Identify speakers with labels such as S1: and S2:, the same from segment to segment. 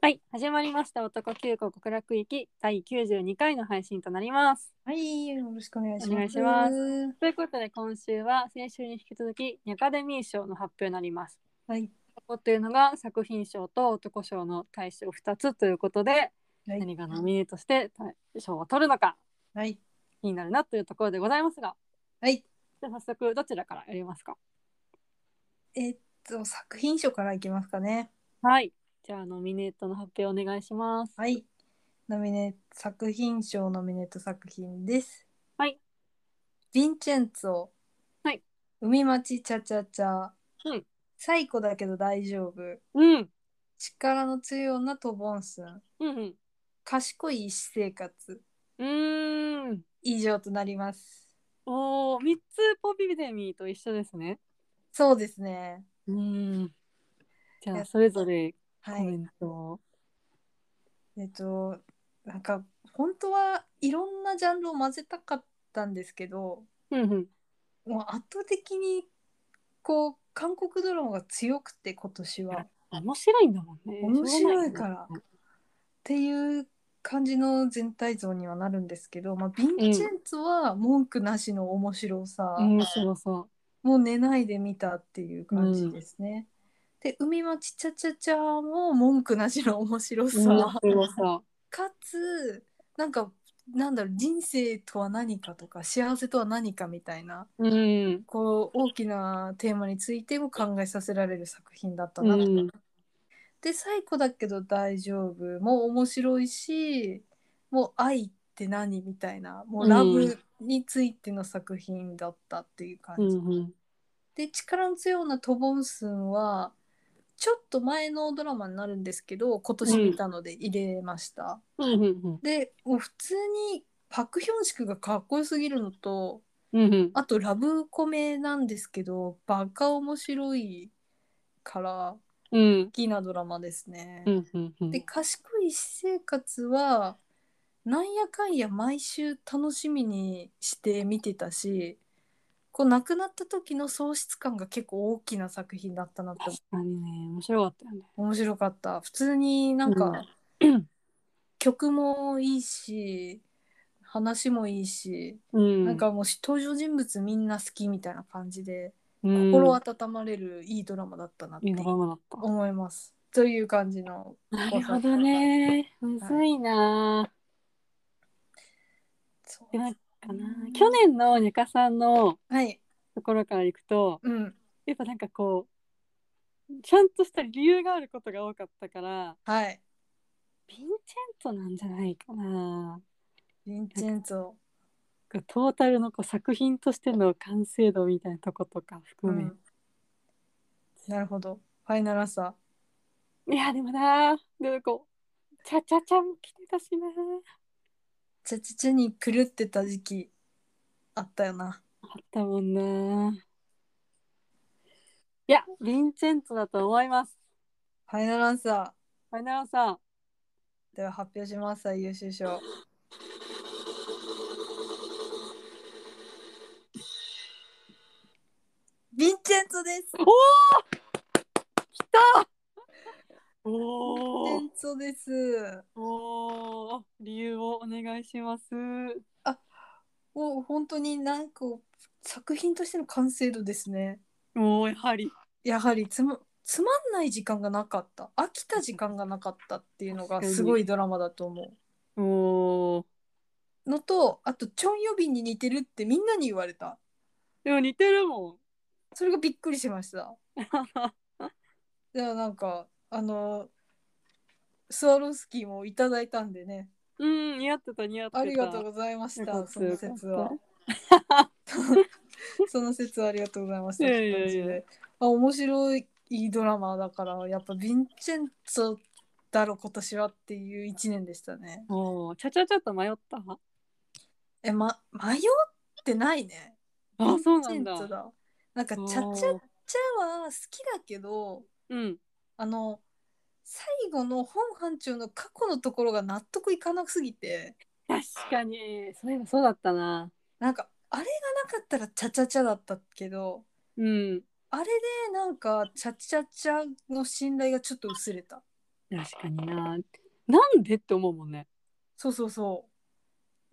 S1: はい、始まりました。男9個極楽行き第92回の配信となります。
S2: はい、よろしくお願いします。
S1: お願いします。ということで今週は先週に引き続きアカデミー賞の発表になります。
S2: はい、
S1: ここというのが作品賞と男賞の大賞2つということで、
S2: はい、
S1: 何がノミネートして賞を取るのか
S2: はい、
S1: 気になるなというところでございますが、
S2: はい。
S1: じゃあ早速どちらからやりますか？
S2: 作品賞からいきますかね。
S1: はい、じゃあノミネートの発表お願いします。
S2: はい、作品賞ノミネート作品です。
S1: はい、
S2: ヴィンチェンツォ、
S1: はい、
S2: 海町チャチャチャ、
S1: うん、
S2: サイコだけど大丈夫、
S1: うん、
S2: 力の強い女トボンスン、
S1: うん、うん、
S2: 賢い医師生活、
S1: うーん。
S2: 以上となります。
S1: おー、3つポピデミーと一緒ですね。
S2: そうですね。
S1: うーん。じゃあ、
S2: いや、
S1: それぞれ
S2: はい。
S1: コメントを。
S2: えっと、なんか、本当はいろんなジャンルを混ぜたかったんですけど、
S1: うんうん。
S2: もう圧倒的に韓国ドラマが強くて今年
S1: いや、
S2: は
S1: 面白いんだもんね。し
S2: 面
S1: ょうがないよね。
S2: 白いからっていう感じの全体像にはなるんですけど、まあ、ヴィン
S1: うん。
S2: チェンツォは文句なしの面白さ、
S1: 面白そ
S2: もう寝ないで見たっていう
S1: う。う
S2: 感じ
S1: ん。
S2: ですね。で海町チャチャチャも文句なしの面白
S1: 面
S2: さ
S1: 白そ
S2: かつなんかなんだろう、人生とは何かとか幸せとは何かみたいな
S1: う。うん。
S2: 大きなテーマについても考えさせられる作品だった
S1: う
S2: なと。
S1: ん。
S2: で最古だけど大丈夫も面白いし、もう愛って何みたいな、もう
S1: うん。
S2: ラブについての作品だったっていう感じ
S1: うん。うん。
S2: で、力の強いなトボンスンはちょっと前のドラマになるんですけど、今年見たので入れました。
S1: うん。うん。
S2: でもう普通にパク・ヒョンシクがかっこよすぎるのと、
S1: うん。
S2: あとラブコメなんですけどバカ面白いから好
S1: うん。
S2: きなドラマですね。
S1: うん。うん。うん。
S2: で賢い私生活はなんやかんや毎週楽しみにして見てたし、亡くなった時の喪失感が結構大きな作品だったなって。
S1: 確かにね、面白かったよね。
S2: 面白かった。普通になんか
S1: うん。
S2: 曲もいいし話もいいし、
S1: うん。
S2: なんかもう登場人物みんな好きみたいな感じで
S1: う
S2: 心
S1: ん。
S2: 温まれるいいドラマだったなっ
S1: いいド
S2: て
S1: ラマだった。
S2: 思います。という感じの
S1: なるほど
S2: 5作。
S1: ね。む
S2: はい。
S1: ずいな。
S2: そう
S1: で、なん
S2: です
S1: かな、去
S2: ね。
S1: 年のニカさんの
S2: はい。
S1: ところからいくと、
S2: うん。
S1: やっぱなんかこう、ちゃんとした理由があることが多かったから、
S2: はい。
S1: ヴィンチェントなんじゃないかな。
S2: ヴィン
S1: なんか
S2: チェンツォ。
S1: トータルのこう作品としての完成度みたいなとことか含め。
S2: うん。なるほど。ファイナルアンサー。
S1: いや、でもな、でもこう、チャチャチャも来てたしな。
S2: チャチャチャに狂ってた時期あったよな。
S1: あったもんな。いや、ヴィンチェントだと思います。
S2: ファイナルアンサ
S1: ファイナルさん。
S2: ー。では発表します。最優秀賞。ヴィンチェンツォです。
S1: おー、来た。
S2: ヴィンチェ
S1: おー。
S2: ンツォです。
S1: おー、理由をお願いします。
S2: あ、もう本当になんか作品としての完成度ですね。
S1: おー、やはり。
S2: やはりつまんない時間がなかった。飽きた時間がなかったっていうのがすご
S1: 確かに。
S2: いドラマだと思
S1: おー。
S2: う。のと、あと、チョン・ヨビンに似てるってみんなに言われた。
S1: でも似てるもん。
S2: それがびっくりしました。ではなんか、スワロフスキーもいただいたんでね。
S1: うん、似合ってた、似合っ
S2: あ
S1: てた。
S2: りがとうございまし
S1: よかっ
S2: た。そ
S1: た、
S2: の
S1: よかった。
S2: 説は。その説はありがとうございましたって
S1: いやいやいや。
S2: 感じで。面白いドラマだから、やっぱヴィンチェンツォだろ今年はっていう一年でしたね。
S1: おー、ちゃちゃちゃっと迷った。
S2: 迷ってないね。ヴィ
S1: あ、
S2: ンチェ
S1: そうなんだ。
S2: ンツォだ。なんかチャチャ
S1: おー。
S2: チャは好きだけど、
S1: うん。
S2: あの、最後の本班長の過去のところが納得いかなすぎて、
S1: 確かに、そういえばそうだったな。
S2: なんかあれがなかったらチャチャチャだったけど、
S1: うん。
S2: あれでなんかチャチャチャの信頼がちょっと薄れた。
S1: 確かにな。なんでって思うもんね。
S2: そうそうそう。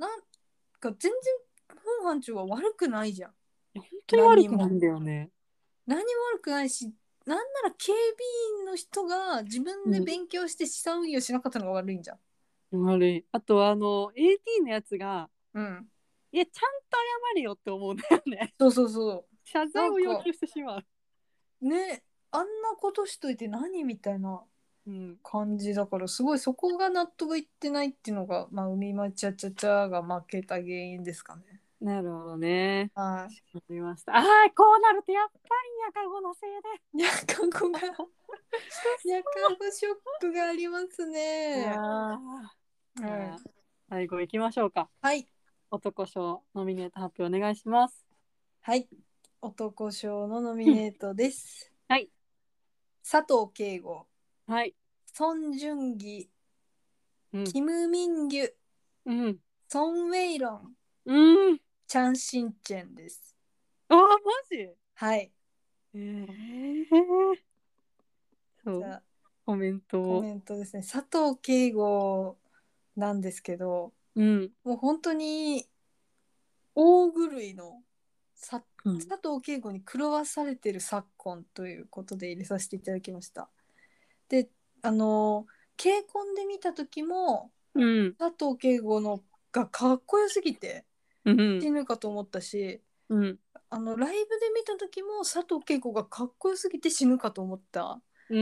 S2: なんか全然本班長は悪くないじゃん。
S1: いや本当に悪
S2: 何も。
S1: くないんだよね。
S2: 何も悪くないし、なんなら警備員の人が自分で勉強して資産運用しなかったのが悪いんじゃん。
S1: 悪い。あとAT のやつが、
S2: うん。
S1: いや、ちゃんと謝れよって思うんだよね。
S2: そうそうそう。
S1: 謝罪を要
S2: なんか
S1: 求してしまう。
S2: ね、あんなことしといて何みたいな
S1: うん。
S2: 感じだから、すごいそこが納得いってないっていうのが、まあ、海町チャチャチャが負けた原因ですかね。
S1: なるほどね。
S2: は
S1: わかりました。ああ、こうなるとやっぱりヤカゴのせい
S2: い。にゃかごが、にゃかごショックがあります
S1: で。
S2: ね。
S1: ああ。じ
S2: はい。
S1: ゃあ、最後行きましょうか。
S2: はい。
S1: 男賞ノミネート発表お願いします。
S2: はい。男賞のノミネートです。
S1: はい。
S2: 佐藤圭吾、
S1: はい。
S2: ソン・ジュンギ、
S1: うん。
S2: キム・ミンギュ、
S1: うん。
S2: ソン・ウェイロン、
S1: うん。
S2: チャン・シンチェンです。
S1: ああ、マジ
S2: はい。
S1: そう。
S2: じゃあ、
S1: コメントを。
S2: コメントですね。佐藤圭吾なんですけど、
S1: うん。
S2: もう本当に大狂いの
S1: うん。
S2: 佐藤圭吾に狂わされてる昨今ということで入れさせていただきました。で、あの、ケイコンで見た時も、
S1: うん。
S2: 佐藤圭吾のがかっこよすぎて
S1: うん。
S2: 死ぬかと思ったし、
S1: うん。
S2: ライブで見た時も佐藤圭吾がかっこよすぎて死ぬかと思った。
S1: うん。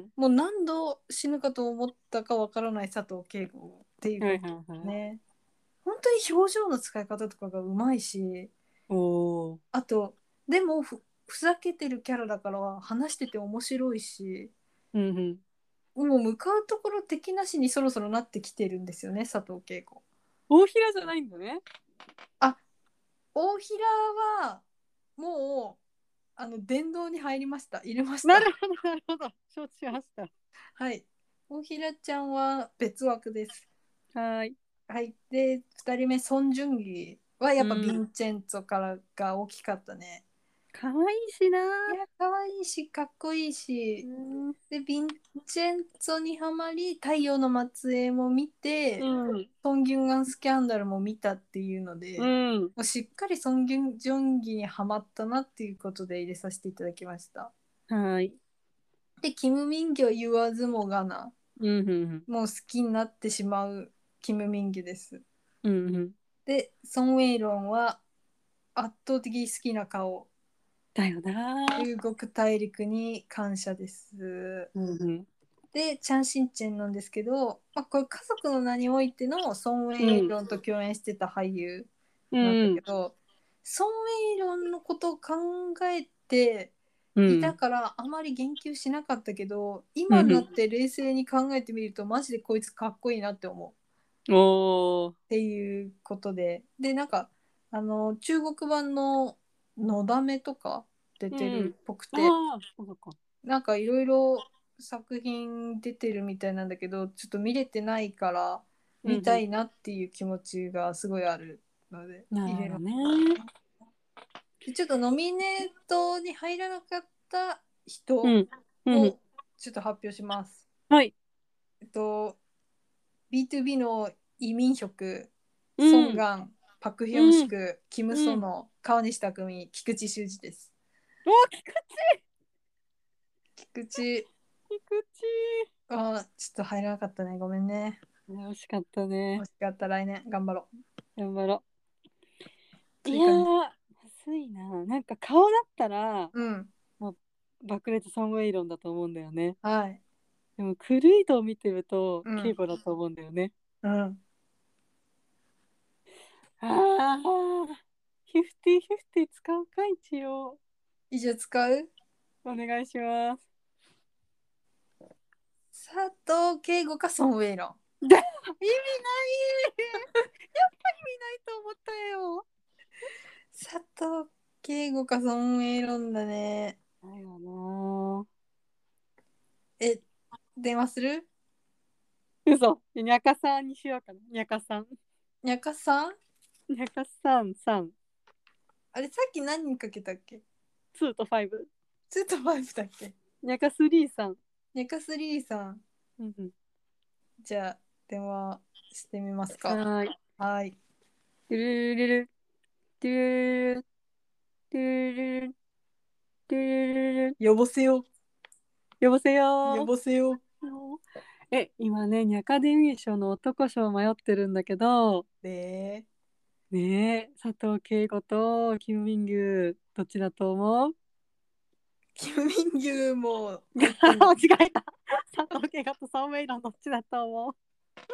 S2: もう何度死ぬかと思ったかわからない佐藤圭吾っていう
S1: はい
S2: こと
S1: はいはい。
S2: ね。本当に表情の使い方とかがうまいし、
S1: おー。
S2: あとでもふざけてるキャラだから話してて面白いし、
S1: うんうん。
S2: もう向かうところ敵なしにそろそろなってきてるんですよね、佐藤圭吾。
S1: 大平じゃないんだね。
S2: あ、大平はもう殿堂に入りました。入れました。
S1: なるほど、なるほど。承知しました。
S2: はい。大平ちゃんは別枠です。
S1: はい。
S2: はい。で、2人目、ソン・ジュンギはや
S1: う
S2: っぱヴィ
S1: ん。
S2: ンチェンツォからが大きかったね。
S1: かわいいしな。
S2: いや、可愛いし、かっこいいし。
S1: うん。
S2: で、ヴィンチェンツォにはまり、太陽の末裔も見て、
S1: うん。
S2: ソン・ギュンガンスキャンダルも見たっていうの
S1: う
S2: で、
S1: ん。
S2: もうしっかりソン・ギュンジョンギにはまったなっていうことで入れさせていただきました。
S1: はい。
S2: で、キム・ミンギョは言わずもがな。
S1: うん。うん。
S2: もう好きになってしまうキム・ミンギョです。
S1: うん。うん。
S2: で、ソン・ウェイロンは圧倒的に好きな顔。
S1: だよな。
S2: 中国大陸に感謝です。
S1: うん。うん。
S2: で、チャン・シンチェンなんですけど、まあ、これ家族の名においてのソン・ウェイロンと共演してた俳優なんだ
S1: うん。
S2: けど、ソン・ウェイロンのことを考えていた
S1: うん。
S2: からあまり言及しなかったけど、
S1: うん。
S2: 今になって冷静に考えてみるとマジでこいつかっこいいなって思うっ
S1: おー。
S2: ていうことで、で、なんか中国版ののだめとか出
S1: うん。
S2: てるっぽく
S1: あ
S2: て、
S1: あ、そうか。
S2: なんかいろいろ作品出てるみたいなんだけど、ちょっと見れてないから
S1: うん。うん。
S2: 見たいなっていう気持ちがすごいあるので入れます。
S1: なるほどね。
S2: でちょっとノミネートに入らなかった人
S1: うん。うん。
S2: をちょっと発表します。
S1: はい。
S2: B2B のイ・ミンヒョク、ソン・
S1: うん。
S2: ガン、パク・ヒョン
S1: うん。
S2: シク、キム・
S1: うん。
S2: ソノ、川西拓実、菊池修二です。
S1: おー、菊
S2: 菊池、
S1: 池。
S2: ちょっと入らなかったね。ごめんね。
S1: 惜しかったね。
S2: 惜しかった。来年頑張ろう。
S1: 頑張ろう。い
S2: 追加に。
S1: やー、むずいな。なんか顔だったら、
S2: うん。
S1: もう爆裂ソングエイロンだと思うんだよね。
S2: はい。
S1: でも、クルイドを見てると、
S2: うん。
S1: ケイゴだと思うんだよね。
S2: うん。
S1: ああ、フィフティフィフティ使うか、一応。
S2: 以上使う。
S1: お願いします。
S2: 佐藤敬吾かソン・ウェイロン。
S1: 意味ないやっぱ意味ないと思ったよ。
S2: 佐藤敬吾かソン・ウェイロンだね。
S1: だよな。
S2: え、電話する。
S1: 嘘。にゃかさんにしようかな。にゃかさん。
S2: にゃかさん。
S1: にゃかさん3。
S2: あれ、さっき何人かけたっけ。
S1: 2と5。
S2: 2と5だっけ。
S1: にゃか3さん。
S2: にゃか3さん。
S1: うんうん。
S2: じゃあ電話してみますか。
S1: はーい。
S2: はい。
S1: トゥルルルトゥルルルトゥルルルトゥルルル
S2: 呼ばせよ。
S1: 呼ばせよ
S2: 呼ばせよ。
S1: 今ね、アカデミー賞の男賞迷ってるんだけど、
S2: で、
S1: ねえ、佐藤景子とキム・ミンギュどっちだと思う？
S2: キム・ミンギュも
S1: 間
S2: 入ってる。
S1: 違えた。佐藤景子とソン・ウェイロンどっちだと思う？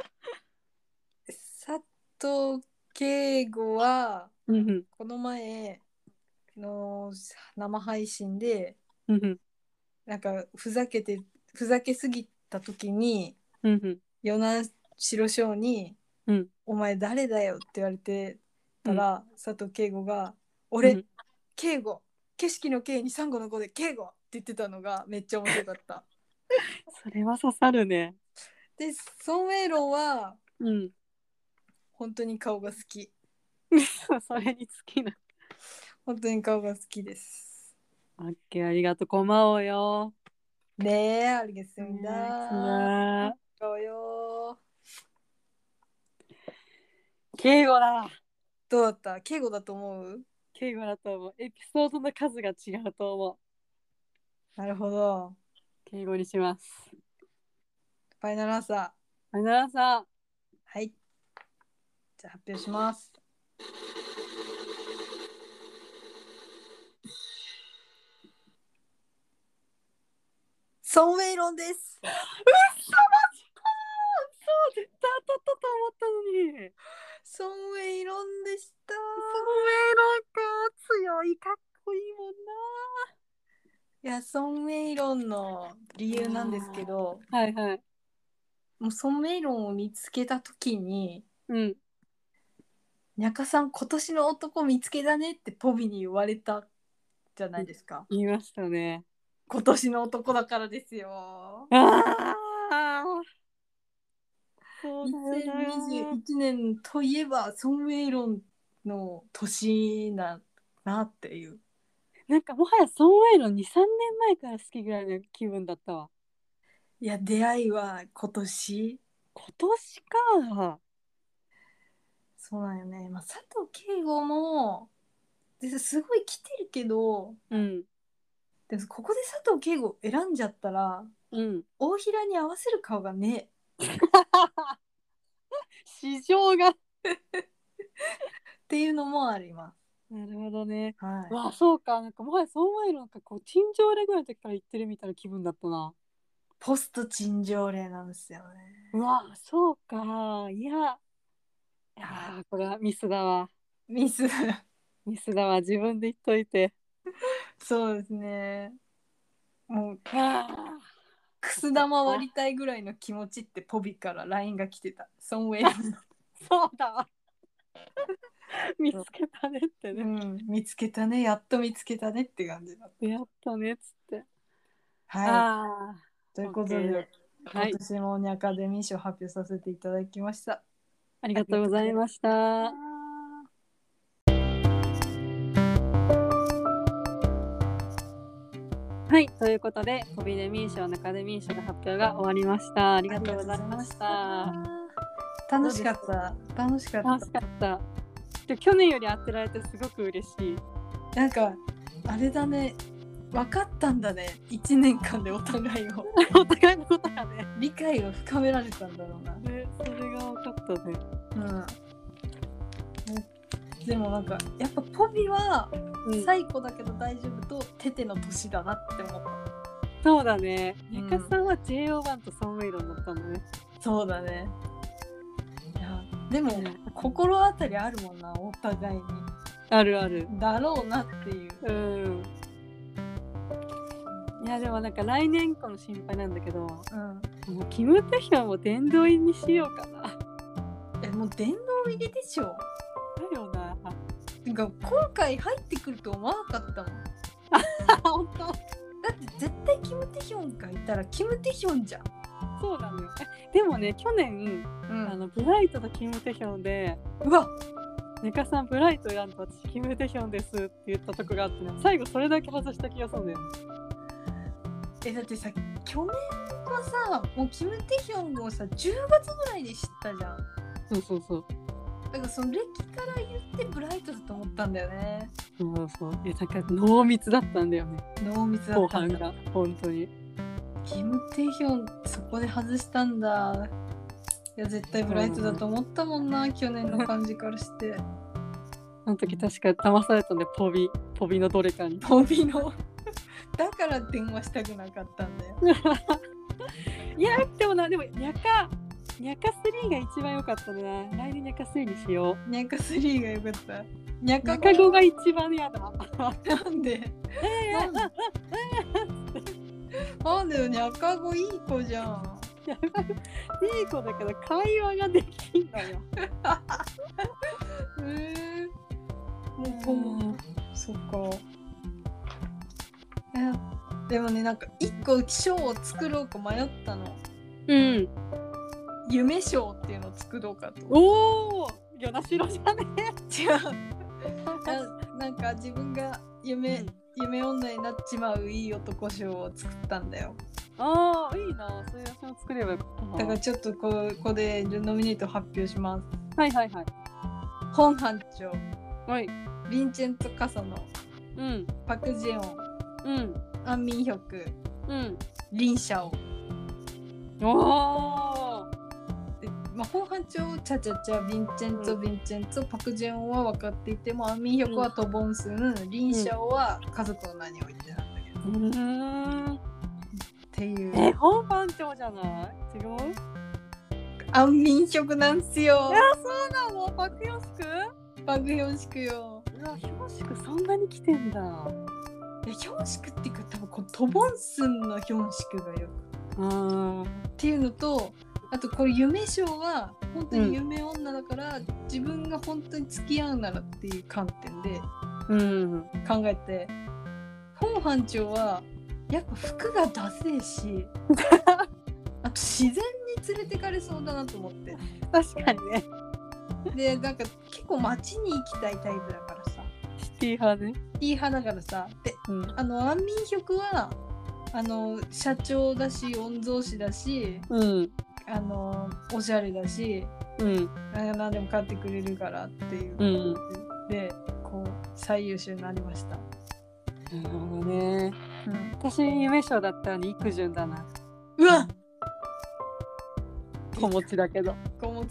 S2: 佐藤圭吾は
S1: うんうん
S2: この前の生配信で
S1: うんうん
S2: なんかふざけすぎた時に
S1: うんうん
S2: 与那城翔に
S1: うん
S2: 「お前誰だよ」って言われてたら、佐藤圭吾が「俺
S1: うん
S2: 圭吾景色の景にサンゴの語で圭吾」って言ってたのがめっちゃ面白かった。
S1: それは刺さるね。
S2: でソン・ウェイロンは
S1: うん。
S2: 本当に顔が好き。
S1: それにつきな。
S2: 本当に顔が好きです。
S1: オッケー、ありがとう。こまおうよ。
S2: ねえ、ありがとう
S1: ね
S2: だ。
S1: え、
S2: そうよ。
S1: 敬語だ。
S2: どうだった？敬語だと思う？
S1: 敬語だと思う。エピソードの数が違うと思う。
S2: なるほど。
S1: 敬語にします。
S2: ファイナルアンサー。
S1: あなたさん。
S2: はい。じゃあ発表します。ソン・ウェイロンです。
S1: うっそ、マジか。そう、絶対当たったと思ったのに。
S2: ソン・ウェイロンでした。
S1: ソンウェイロンか。強い、かっこいいもんな。
S2: いや、ソン・ウェイロンの理由なんですけど、
S1: はいはい。
S2: もうソン・ウェイロンを見つけた時に、
S1: うん。
S2: にゃかさん今年の男見つけだねってポビに言われたじゃないですか。
S1: 言いましたね。
S2: 今年の男だからですよ。
S1: ああ。そうだよな。
S2: 2021年といえばソン・ウェイロンの年なっていう。
S1: なんかもはやソン・ウェイロン2、3年前から好きぐらいの気分だったわ。
S2: いや、出会いは今年。
S1: 今年か。
S2: そうなんよね。まあ、佐藤圭吾もすごい来てるけど、
S1: うん。
S2: でもここで佐藤圭吾選んじゃったら
S1: うん。
S2: 大平に合わせる顔がね
S1: 市場が。
S2: っていうのもあります。
S1: なるほどね。
S2: はい。
S1: わあ、そうか。なんかもはやソン・ウェイロンかこう、陳情レぐらいの時から言ってるみたいな気分だったな。
S2: ポスト陳情令なんですよね。
S1: うわあ、そうか。これはミスだわ。
S2: ミス。
S1: ミスだわ。自分で言っといて。
S2: そうですね。もう
S1: はあ。
S2: くす玉割りたいぐらいの気持ちってポビから LINE が来てた。ソン・ウェイロンの。
S1: そうだわ。見つけたねってね。
S2: うん、見つけたね。やっと見つけたねって感じだった。
S1: やったねっつって。
S2: はい。
S1: ああ。
S2: ということで、
S1: はい。
S2: 私もアカデミー賞発表させていただきました。
S1: ありがとうございました。はい、ということで、コビデミー賞のアカデミー賞の発表が終わりました。ありがとうございました。
S2: 楽しかった。楽しかった。
S1: 楽しかった。で、去年より当てられてすごく嬉しい。
S2: なんかあれだね。分かったんだね。1年間でお互いを
S1: お互いのことがね。
S2: 理解を深められたんだろうな。
S1: ね、それが分かったね。
S2: うん。でもなんかやっぱポビは
S1: うん
S2: 最古だけど大丈夫とテテの年だなって思った。
S1: そうだね。
S2: うん
S1: ヤカさんは JO1 とソン・ウェイロンだったんだね。
S2: そうだね。いやでも心当たりあるもんな、お互いに。
S1: あるある。
S2: だろうなっていう。
S1: うん。いやでもなんか来年以降の心配なんだけど、
S2: うん。
S1: もうキム・テヒョンを殿堂入りにしようかな。
S2: もう殿堂入りでしょ。
S1: だよな。
S2: なんか今回入ってくると思わなかったもん。
S1: 本当。
S2: だって絶対キム・テヒョンがいたらキム・テヒョンじゃん。
S1: そうなのよ。でもね、去年、ブライトとキム・テヒョンで、
S2: うわ
S1: ネカさんブライト選んで私キム・テヒョンですって言ったとこがあってね、最後それだけ外した気がするんだよ。
S2: だってさ、去年はさもうキム・テヒョンをさ10月ぐらいに知ったじゃん。
S1: そうそうそう。
S2: だからその歴から言ってブライトだと思ったんだよね。
S1: そうそう。なんか濃密だったんだよね。
S2: 濃密だ
S1: 後
S2: ったんだ。
S1: 半が本当に。
S2: キム・テヒョンそこで外したんだ。いや絶対ブライトだと思ったもんな、去年の感じからして。
S1: あの時確か騙されたんで、ポビのどれかに。
S2: ポビのだから電話したくなかったんだよ。
S1: いやでもニャカ3が一番良かったね。来年ニャカ3にしよう。
S2: ニャカ3が良かった。ニャ
S1: ニャカ5が一番嫌だ。
S2: なんでなんでよ、ニャカ5いい子じゃん。
S1: いい子だけど会話ができんだよ。
S2: もうそっか。でもね、なんか一個賞を作ろうか迷ったの。
S1: うん。
S2: 夢賞っていうのを作ろうかと。
S1: おお、与那城じゃね。
S2: 違う。なんか自分が夢女になっちまういい男賞を作ったんだよ。
S1: ああ、いいな。それ私も作ればよかったな。
S2: だからちょっとここでノミネート発表します。
S1: はいはいはい。
S2: 本班長、
S1: はい。
S2: ヴィンチェンツォ・カサノ、
S1: うん。
S2: パク・ジェオン、
S1: うん。
S2: アン・ミンヒョク、
S1: うん。
S2: リン・シャオ。
S1: おお。
S2: で本班長、チャチャチャ、ヴィンチェンツォ、パク・ジェオンは分かっていても、アン・ミンヒョクはトボンスン、リン・シャオは家族の名においてなんだけど。っていう。
S1: 本番長じゃない？違う？
S2: アン・ミンヒョクなんすよ。
S1: いや、そうなの？パクヨシク？
S2: パク・ヒョンシクよ。
S1: うわ、ヒョンシクそんなに来てんだ。
S2: いや、ヒョンシクっていうか多分このトボンスンのヒョンシクがよくっていうのと、あとこれ夢賞は本当に夢女だから、自分が本当に付き合うならっていう観点で考えて、本班長はやっぱ服がダセえしあと自然に連れてかれそうだなと思って。
S1: 確かにね。
S2: で、なんか結構街に行きたいタイプだからさ、
S1: シティ派ね。
S2: いい派だからさ。で、アン・ミンヒョクは社長だし、御曹司だし、おしゃれだし、何でも買ってくれるからっていう、でこう最優秀になりました。
S1: なるほどね。私夢賞だったらイクジュンだな。
S2: うわ、
S1: 子持ちだけど。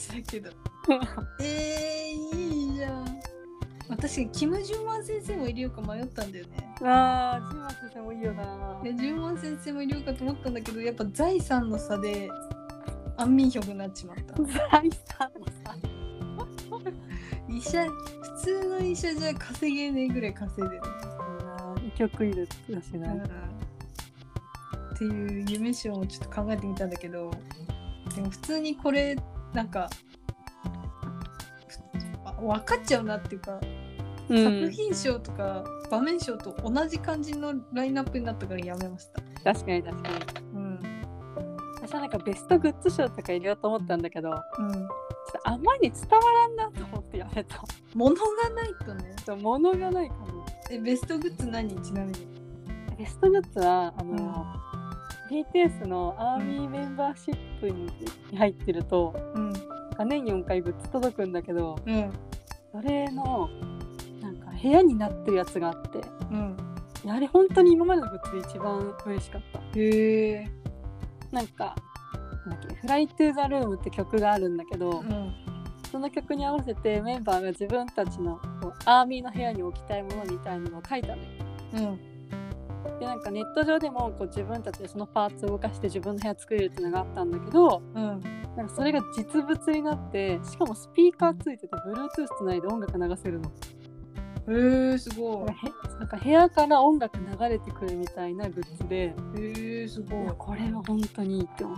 S2: いいじゃん。私キム・ジュンワン先生もいるよか迷ったんだよね。
S1: ああ、ジュンワン先生もいいよな。
S2: ジュンワン先生もいるよかと思ったんだけど、やっぱ財産の差でアン・ミンヒョクになっちまった。
S1: 財産の差。
S2: 医者、普通の医者じゃ稼げねえぐらい稼いでる。
S1: 医局いるだしな。
S2: っていう夢賞をちょっと考えてみたんだけど、でも普通にこれなんか分かっちゃうなっていうか、作品賞とか場面賞と同じ感じのラインナップになったからやめました。
S1: 確かに。私はなんかベストグッズ賞とか入れようと思ったんだけど、ちょっとあまり伝わらんなと思ってやめた。
S2: 物がないとね。
S1: 物がないかも。
S2: ベストグッズ何？ちなみに
S1: ベストグッズはBTS のアーミーメンバーシップに入ってると、年4回グッズ届くんだけど、それのなんか部屋になってるやつがあって、あれ本当に今までのグッズで一番嬉しかった。なんかフライトゥーザルームって曲があるんだけど、その曲に合わせてメンバーが自分たちのアーミーの部屋に置きたいものみたいなのを書いたのよ。でなんかネット上でもこう自分たちでそのパーツを動かして自分の部屋作れるっていうのがあったんだけど、なんかそれが実物になって、しかもスピーカーついてて Bluetooth つないで音楽流せるの。
S2: すごい。
S1: なんか部屋から音楽流れてくるみたいなグッズで、
S2: すごい。
S1: これは本当にいいって思った。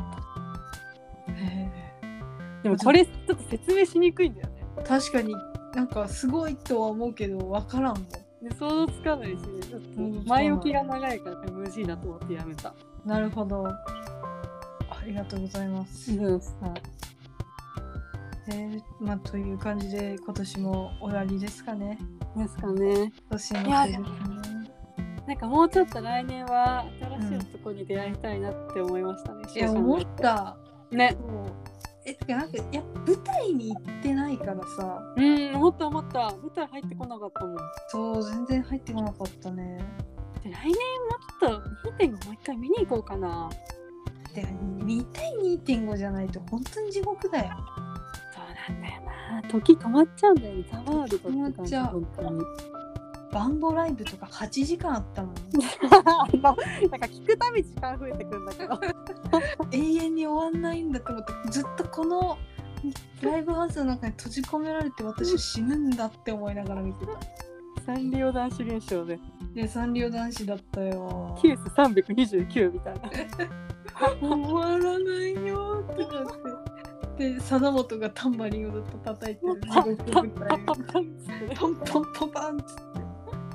S1: でもこれちょっと説明しにくいんだよね。
S2: 確かになんかすごいとは思うけど分からんもん。
S1: 想像つかないし、ちょっと前置きが長いから無事だと思ってやめた。
S2: なるほど。ありがとうございます。まあという感じで今年も終わりですかね。
S1: ですかね。
S2: 年の瀬ですね。
S1: なんかもうちょっと来年は新しいとこに出会いたいなって思いましたね。
S2: いや思った
S1: ね。
S2: てかなんかやっぱ舞台に行ってないからさ。
S1: 思った。舞台入ってこなかったもん。
S2: そう全然入ってこなかったね。
S1: で来年もちょっと 2.5 もう一回見に行こうかな。
S2: で見たい 2.5 じゃないと本当に地獄だよ。
S1: そうなんだよな。時止まっちゃうんだよね。ザワールドって感じ。本当に。
S2: バンボライブとか8時間あったもん。
S1: なんか聞くたび時間増えてくんだけど
S2: 永遠に終わんないんだと思ってずっとこのライブハウスの中に閉じ込められて私は死ぬんだって思いながら見てた。
S1: サンリオ男子現象で。
S2: でサンリオ男子だったよ。
S1: キュース329みたいな。
S2: 終わらないよってなって。で貞本がタンバリンをずっと叩いてる地獄舞台をパンパンパンっつって。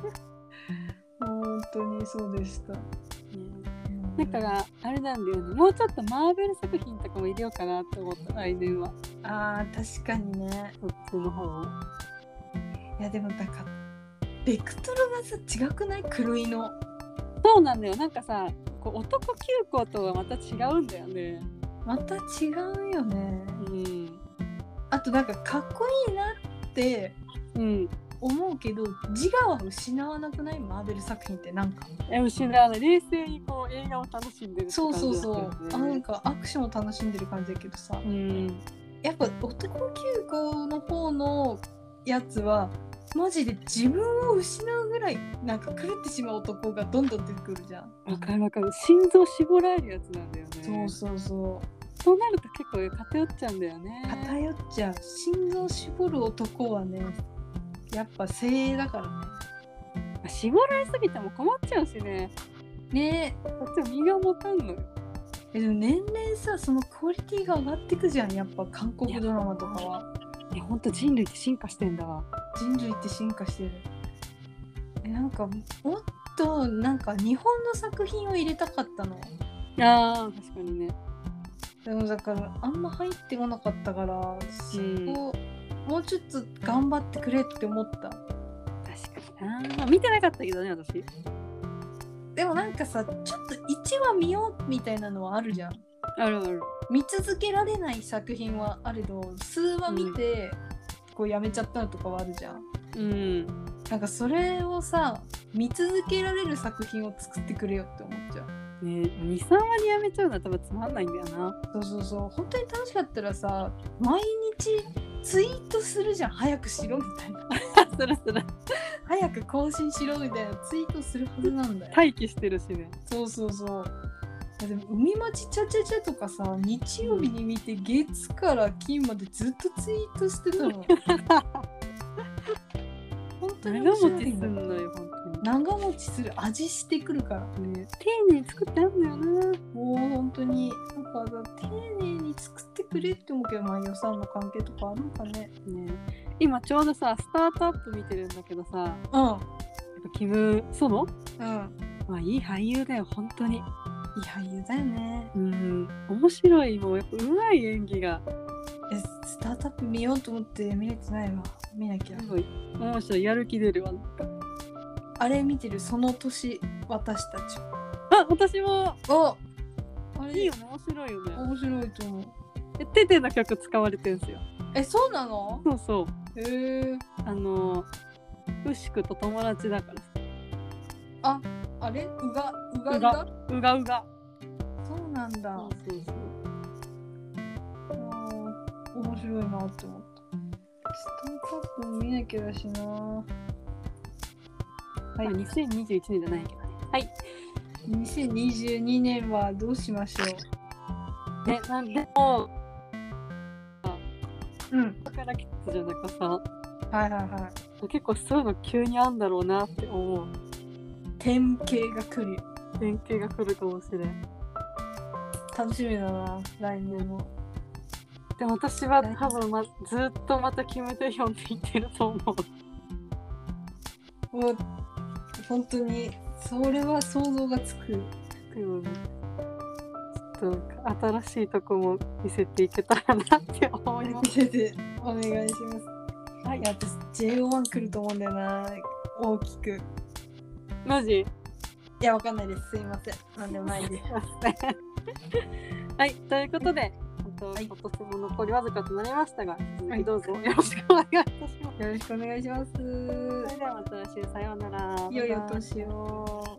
S2: 本当にそうでした。
S1: だからあれなんだよね。もうちょっとマーベル作品とかも入れようかなって思った来年は。
S2: あー確かにね。
S1: そっちの方。
S2: いやでもなんかベクトルがさ違くない？黒いの。
S1: そうなんだよ。なんかさこう男急行とはまた違うんだよね。
S2: また違うよね。あとなんかかっこいいなって思うけど、自我は失わなくない？マーベル作品ってなんか
S1: 失わない。冷静にこう映画を楽しんでるって
S2: 感じだったよね。
S1: そう
S2: なんかアクションを楽しんでる感じだけどさ、やっぱ男急行の方のやつはマジで自分を失うぐらいなんか狂ってしまう男がどんどん出てくるじゃん。
S1: わかる。心臓絞られるやつなんだよね。そうなると結構偏っちゃうんだよね。
S2: 偏っちゃう。心臓絞る男はねやっぱ精鋭だからね。
S1: 絞られすぎても困っちゃうしね。ねえ。だって身が持たんのよ。
S2: でも年々さそのクオリティが上がってくじゃん。やっぱ韓国ドラマとかは。
S1: いやほんと人類って進化してんだわ。
S2: 人類って進化してる。なんかもっとなんか日本の作品を入れたかったの。
S1: あー確かにね。
S2: でもだからあんま入ってこなかったからそこもうちょっと頑張ってくれって思った。確
S1: かにな。見てなかったけどね私。
S2: でもなんかさちょっと1話見ようみたいなのはあるじゃん。
S1: ある。
S2: 見続けられない作品はあれど数話見て、こうやめちゃったのとかはあるじゃん。なんかそれをさ見続けられる作品を作ってくれよって思っちゃう。
S1: ね、2、3話にやめちゃうのは多分つまんないんだよな。
S2: そう本当に楽しかったらさ毎日ツイートするじゃん。早くしろみたいな
S1: する
S2: 早く更新しろみたいなツイートするはずなんだよ。
S1: 待機してるしね。
S2: そうでも海町チャチャチャとかさ日曜日に見て月から金までずっとツイートしてたの本当に面白いんだよ。長持ちする味してくるからね。
S1: 丁寧に作ってあるんだよな。
S2: もう本当になんか丁寧に作ってくれって思うけど、まあ予算の関係とかあるのかね。
S1: 今ちょうどさスタートアップ見てるんだけどさ、やっぱキム・ソノ、まあいい俳優だよ本当に。いい
S2: 俳優だよね。
S1: 面白い。もうやっぱうまい演技が。
S2: スタートアップ見ようと思って見れてないわ。見なきゃ。
S1: すごい面白い。やる気出るわ。なんか
S2: あれ見てる？その年私たち。
S1: あ、私も。
S2: あれ
S1: いいよね。面白いよね。
S2: 面白いと思う。
S1: テテの曲使われてるんですよ。
S2: そうなの？
S1: そう。ウシクと友達だからさ。
S2: あれ？うが。そうなんだ。そう。面白いなって思った。スタートアップ見なきゃだしな。
S1: はい、2021年じゃないけどね。はい。
S2: 2022年はどうしましょう。
S1: なんでも、だからキッズじゃなくさ。結構そういうの急にあんだろうなって思う。
S2: 典型が来る。
S1: 典型が来るかもしれん。
S2: 楽しみだな、来年も。
S1: でも私は多分、ずっとまたキム・デヒョンって言ってると思う。
S2: もう本当にそれは想像がつくよね。
S1: ちょっと新しいとこも見せていけたらなって思います。
S2: お願いします。はい、私 JO1 来ると思うんだよな。大きく。
S1: マジ？
S2: いやわかんないです。すいません。なんでもないです。
S1: はい、ということで、今年も残りわずかとなりましたが、続きどうぞよろしくお願いいたします。
S2: よろしくお願いします。そ
S1: れではまた来週さようなら。
S2: 良いお年を。